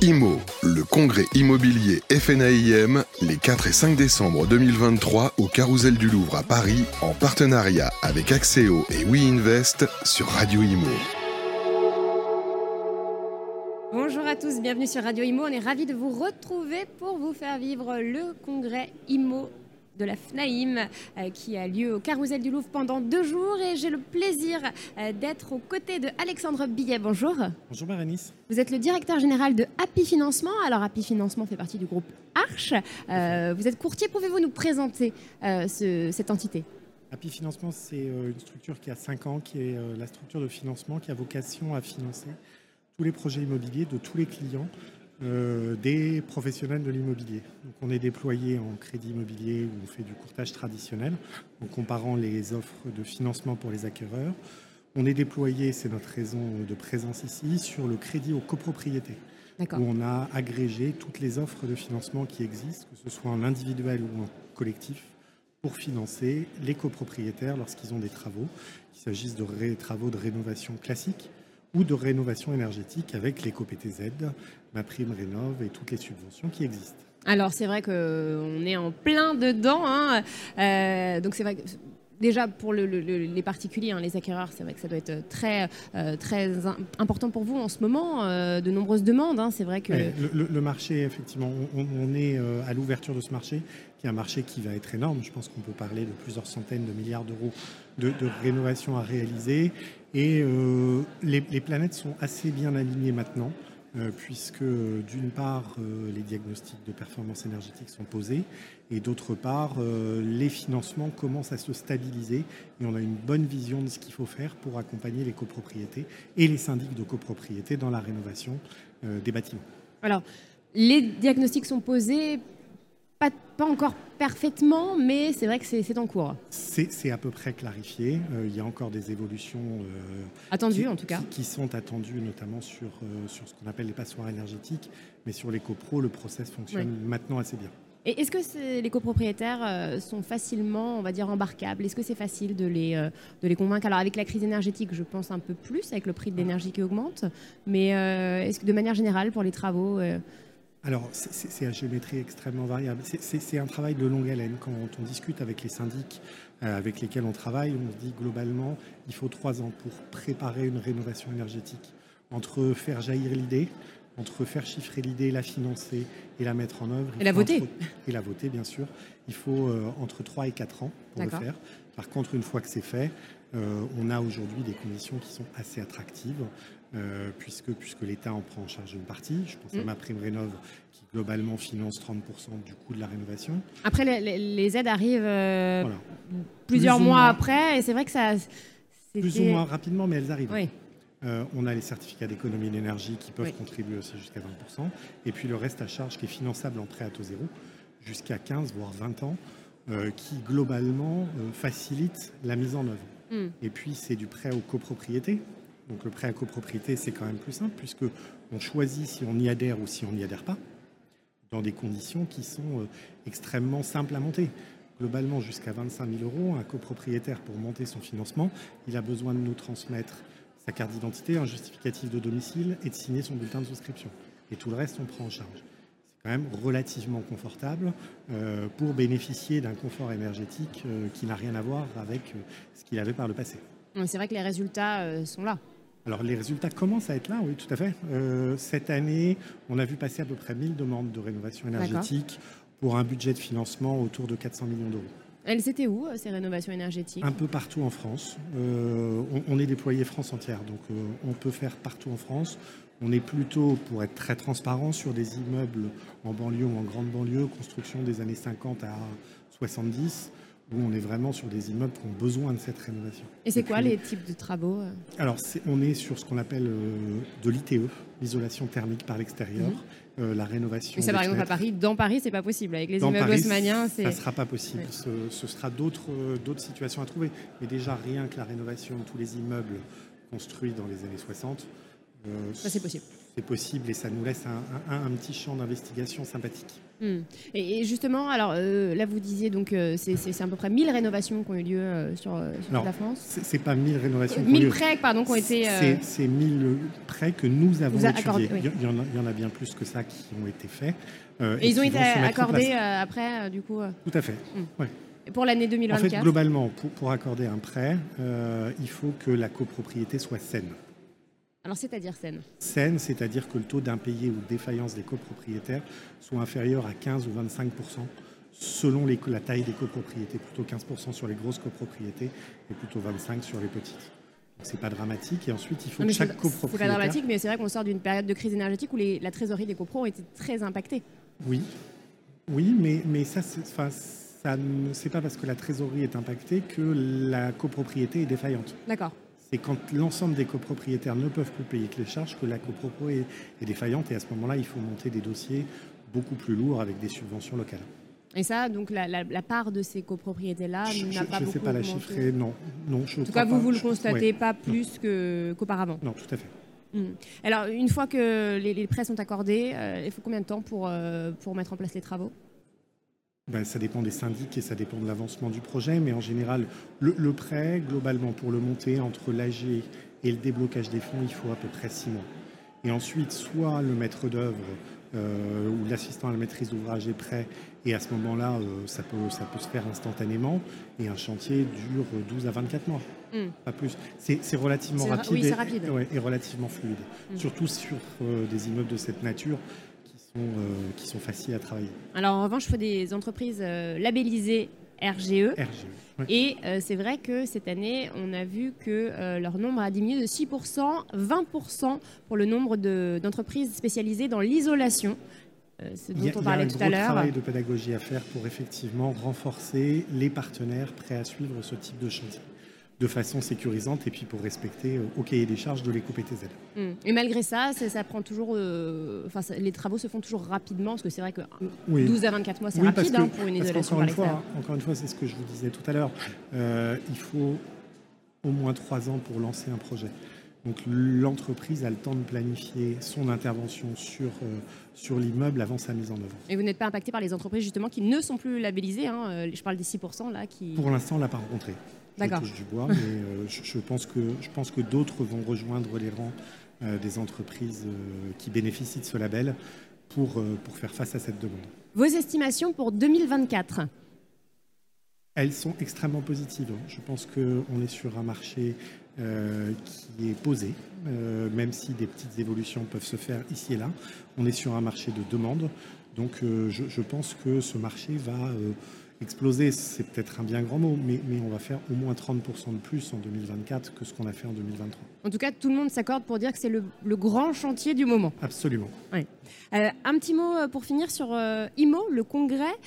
IMO, le congrès immobilier FNAIM, les 4 et 5 décembre 2023 au Carrousel du Louvre à Paris, en partenariat avec Axéo et WeInvest sur Radio Imo. Bonjour à tous, bienvenue sur Radio Imo. On est ravis de vous retrouver pour vous faire vivre le congrès IMO de la FNAIM qui a lieu au Carrousel du Louvre pendant 2 jours, et j'ai le plaisir d'être aux côtés de Alexandre Billet. Bonjour. Bonjour Bérénice. Vous êtes le directeur général de Happy Financement. Alors Happy Financement fait partie du groupe Arche. Vous êtes courtier, pouvez-vous nous présenter cette entité ? Happy Financement, c'est une structure qui a 5 ans, qui est la structure de financement qui a vocation à financer tous les projets immobiliers de tous les clients des professionnels de l'immobilier. Donc on est déployé en crédit immobilier où on fait du courtage traditionnel en comparant les offres de financement pour les acquéreurs. On est déployé, c'est notre raison de présence ici, sur le crédit aux copropriétés. D'accord. Où on a agrégé toutes les offres de financement qui existent, que ce soit en individuel ou en collectif, pour financer les copropriétaires lorsqu'ils ont des travaux, qu'il s'agisse de travaux de rénovation classique ou de rénovation énergétique avec l'éco-PTZ, MaPrimeRénov' et toutes les subventions qui existent. Alors c'est vrai qu'on est en plein dedans, donc c'est vrai que déjà pour les particuliers, les acquéreurs, c'est vrai que ça doit être très important pour vous en ce moment, de nombreuses demandes, c'est vrai que... Le marché, effectivement, on est à l'ouverture de ce marché, qui est un marché qui va être énorme. Je pense qu'on peut parler de plusieurs centaines de milliards d'euros de rénovation à réaliser. Et les planètes sont assez bien alignées maintenant, puisque d'une part, les diagnostics de performance énergétique sont posés, et d'autre part, les financements commencent à se stabiliser, et on a une bonne vision de ce qu'il faut faire pour accompagner les copropriétés et les syndics de copropriété dans la rénovation des bâtiments. Alors, les diagnostics sont posés, pas encore parfaitement, mais c'est vrai que c'est en cours. C'est à peu près clarifié. Il y a encore des évolutions attendues, en tout cas, qui sont attendues, notamment sur ce qu'on appelle les passoires énergétiques. Mais sur les copros, le process fonctionne maintenant assez bien. Et est-ce que les copropriétaires sont facilement, on va dire, embarquables ? Est-ce que c'est facile de les convaincre ? Alors avec la crise énergétique, je pense un peu plus, avec le prix de l'énergie qui augmente. Mais est-ce que de manière générale, pour les travaux... Alors, c'est à géométrie extrêmement variable. C'est un travail de longue haleine. Quand on discute avec les syndics avec lesquels on travaille, on se dit globalement, il faut 3 ans pour préparer une rénovation énergétique. Entre faire jaillir l'idée, entre faire chiffrer l'idée, la financer et la mettre en œuvre. Et la voter. Et la voter, bien sûr. Il faut entre 3 et 4 ans pour le faire. Par contre, une fois que c'est fait, on a aujourd'hui des conditions qui sont assez attractives, puisque l'État en prend en charge une partie. Je pense à MaPrimeRénov' qui globalement finance 30% du coût de la rénovation. Après, les aides arrivent plusieurs mois après, et c'est vrai que ça... Plus ou moins rapidement, mais elles arrivent. Oui. On a les certificats d'économie d'énergie qui peuvent contribuer aussi jusqu'à 20%. Et puis le reste à charge qui est finançable en prêt à taux zéro, jusqu'à 15 voire 20 ans, qui globalement facilite la mise en œuvre. Et puis c'est du prêt aux copropriétés. Donc le prêt à copropriété, c'est quand même plus simple, puisqu'on choisit si on y adhère ou si on n'y adhère pas, dans des conditions qui sont extrêmement simples à monter. Globalement, jusqu'à 25 000 €, un copropriétaire, pour monter son financement, il a besoin de nous transmettre sa carte d'identité, un justificatif de domicile et de signer son bulletin de souscription. Et tout le reste, on prend en charge. C'est quand même relativement confortable pour bénéficier d'un confort énergétique qui n'a rien à voir avec ce qu'il avait par le passé. C'est vrai que les résultats sont là. Alors les résultats commencent à être là, oui, tout à fait. Cette année, on a vu passer à peu près 1000 demandes de rénovation énergétique pour un budget de financement autour de 400 millions d'euros. Elles étaient où, ces rénovations énergétiques ? Un peu partout en France. On est déployé France entière, donc on peut faire partout en France. On est plutôt, pour être très transparent, sur des immeubles en banlieue ou en grande banlieue, construction des années 50 à 70, où on est vraiment sur des immeubles qui ont besoin de cette rénovation. Et c'est quoi les types de travaux ? Alors, on est sur ce qu'on appelle de l'ITE, l'isolation thermique par l'extérieur, la rénovation. Mais ça, par exemple, à Paris, dans Paris, c'est pas possible. Avec les immeubles haussmanniens, ça ne sera pas possible. Ce sera d'autres situations à trouver. Mais déjà, rien que la rénovation de tous les immeubles construits dans les années 60, ça, c'est possible. c'est possible et ça nous laisse un petit champ d'investigation sympathique. Et justement, alors là vous disiez donc c'est à peu près 1000 rénovations qui ont eu lieu sur la France. C'est pas 1000 rénovations. 1000 prêts, pardon, qui ont été. C'est 1000 prêts que nous avons étudiés. Accordé, oui. Il y en a bien plus que ça qui ont été faits. Et ils ont été accordés après, du coup. Tout à fait. Ouais. Et pour l'année 2024. En fait, globalement, pour accorder un prêt, il faut que la copropriété soit saine. Alors, c'est-à-dire saine ? Saine, c'est-à-dire que le taux d'impayé ou de défaillance des copropriétaires soit inférieur à 15 ou 25% selon la taille des copropriétés. Plutôt 15% sur les grosses copropriétés et plutôt 25% sur les petites. C'est pas dramatique. Et ensuite, il faut que chaque copropriétaire... C'est pas dramatique, mais c'est vrai qu'on sort d'une période de crise énergétique où la trésorerie des copros ont été très impactée. Oui, mais ça, c'est pas parce que la trésorerie est impactée que la copropriété est défaillante. D'accord. C'est quand l'ensemble des copropriétaires ne peuvent plus payer que les charges que la copropro est défaillante. Et à ce moment-là, il faut monter des dossiers beaucoup plus lourds avec des subventions locales. Et ça, donc la part de ces copropriétés-là n'a pas beaucoup augmenté. Je ne sais pas la chiffrer, non. En tout cas, vous le constatez pas plus qu'auparavant. Non, tout à fait. Alors, une fois que les prêts sont accordés, il faut combien de temps pour mettre en place les travaux ? Ça dépend des syndics et ça dépend de l'avancement du projet, mais en général, le prêt, globalement, pour le monter entre l'AG et le déblocage des fonds, il faut à peu près 6 mois. Et ensuite, soit le maître d'œuvre ou l'assistant à la maîtrise d'ouvrage est prêt, et à ce moment-là, ça peut se faire instantanément, et un chantier dure 12 à 24 mois, pas plus. C'est relativement rapide, oui, c'est rapide. Et relativement fluide, surtout sur des immeubles de cette nature, qui sont faciles à travailler. Alors en revanche, il faut des entreprises labellisées RGE. Ouais. Et c'est vrai que cette année, on a vu que leur nombre a diminué de 6%, 20% pour le nombre d'entreprises spécialisées dans l'isolation, ce dont on parlait tout à l'heure. Il y a un gros travail de pédagogie à faire pour effectivement renforcer les partenaires prêts à suivre ce type de chantier de façon sécurisante et puis pour respecter au cahier des charges de l'éco-PTZ. Et malgré ça, ça prend toujours, les travaux se font toujours rapidement, parce que c'est vrai que 12 à 24 mois, c'est rapide pour une isolation par l'extérieur. Encore une fois, c'est ce que je vous disais tout à l'heure, il faut au moins 3 ans pour lancer un projet. Donc l'entreprise a le temps de planifier son intervention sur l'immeuble avant sa mise en œuvre. Et vous n'êtes pas impacté par les entreprises justement qui ne sont plus labellisées, je parle des 6% là qui... Pour l'instant, on ne l'a pas rencontré. D'accord. Je touche du bois, mais je pense que d'autres vont rejoindre les rangs des entreprises qui bénéficient de ce label pour faire face à cette demande. Vos estimations pour 2024 ? Elles sont extrêmement positives. Je pense qu'on est sur un marché qui est posé, même si des petites évolutions peuvent se faire ici et là. On est sur un marché de demande. Donc je pense que ce marché va... exploser, c'est peut-être un bien grand mot, mais on va faire au moins 30% de plus en 2024 que ce qu'on a fait en 2023. En tout cas, tout le monde s'accorde pour dire que c'est le grand chantier du moment. Absolument. Ouais. Un petit mot pour finir sur IMO, le congrès,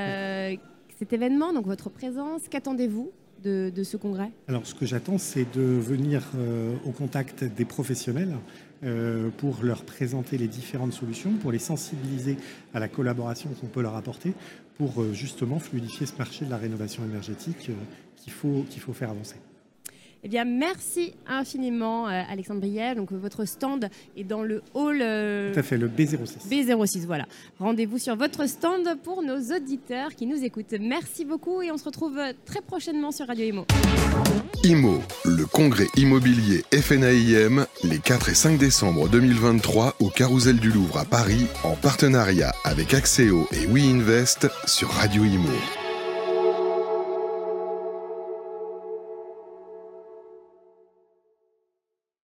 cet événement, donc votre présence, qu'attendez-vous de ce congrès ? Alors, ce que j'attends, c'est de venir au contact des professionnels pour leur présenter les différentes solutions, pour les sensibiliser à la collaboration qu'on peut leur apporter, pour justement fluidifier ce marché de la rénovation énergétique qu'il faut faire avancer. Eh bien, merci infiniment, Alexandre Briel. Donc, votre stand est dans le hall... Tout à fait, le B06. B06, voilà. Rendez-vous sur votre stand pour nos auditeurs qui nous écoutent. Merci beaucoup et on se retrouve très prochainement sur Radio Imo. IMO, le congrès immobilier FNAIM, les 4 et 5 décembre 2023 au Carrousel du Louvre à Paris, en partenariat avec Axéo et WeInvest sur Radio Imo.